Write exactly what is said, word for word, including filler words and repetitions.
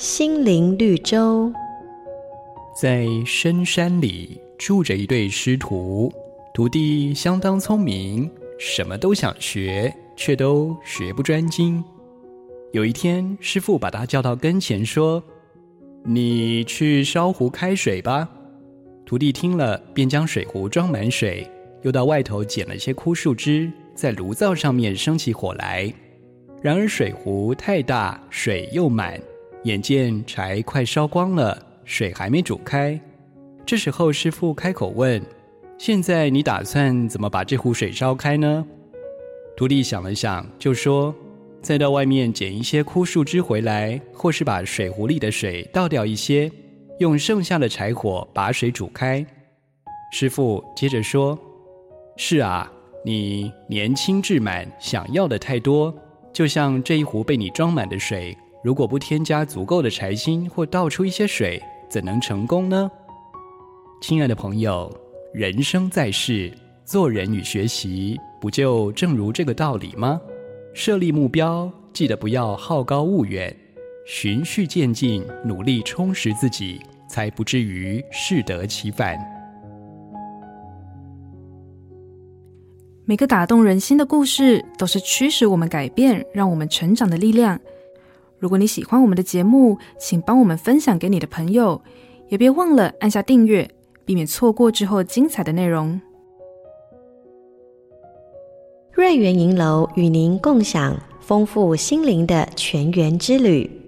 心灵绿洲。 在深山里住着一对师徒，徒弟相当聪明，什么都想学，却都学不专精。有一天，师父把他叫到跟前说：“你去烧壶开水吧。”徒弟听了，便将水壶装满水，又到外头捡了些枯树枝，在炉灶上面生起火来。然而水壶太大，水又满，眼见柴快烧光了，水还没煮开。这时候师父开口问：“现在你打算怎么把这壶水烧开呢？”徒弟想了想，就说：“再到外面捡一些枯树枝回来，或是把水壶里的水倒掉一些，用剩下的柴火把水煮开。”师父接着说：“是啊，你年轻志满，想要的太多，就像这一壶被你装满的水，如果不添加足够的柴薪或倒出一些水，怎能成功呢？”亲爱的朋友，人生在世，做人与学习，不就正如这个道理吗？设立目标，记得不要好高骛远，循序渐进，努力充实自己，才不至于适得其反。 每个打动人心的故事，都是驱使我们改变，让我们成长的力量。如果你喜欢我们的节目，请帮我们分享给你的朋友，也别忘了按下订阅，避免错过之后精彩的内容。 瑞园银楼与您共享丰富心灵的全员之旅。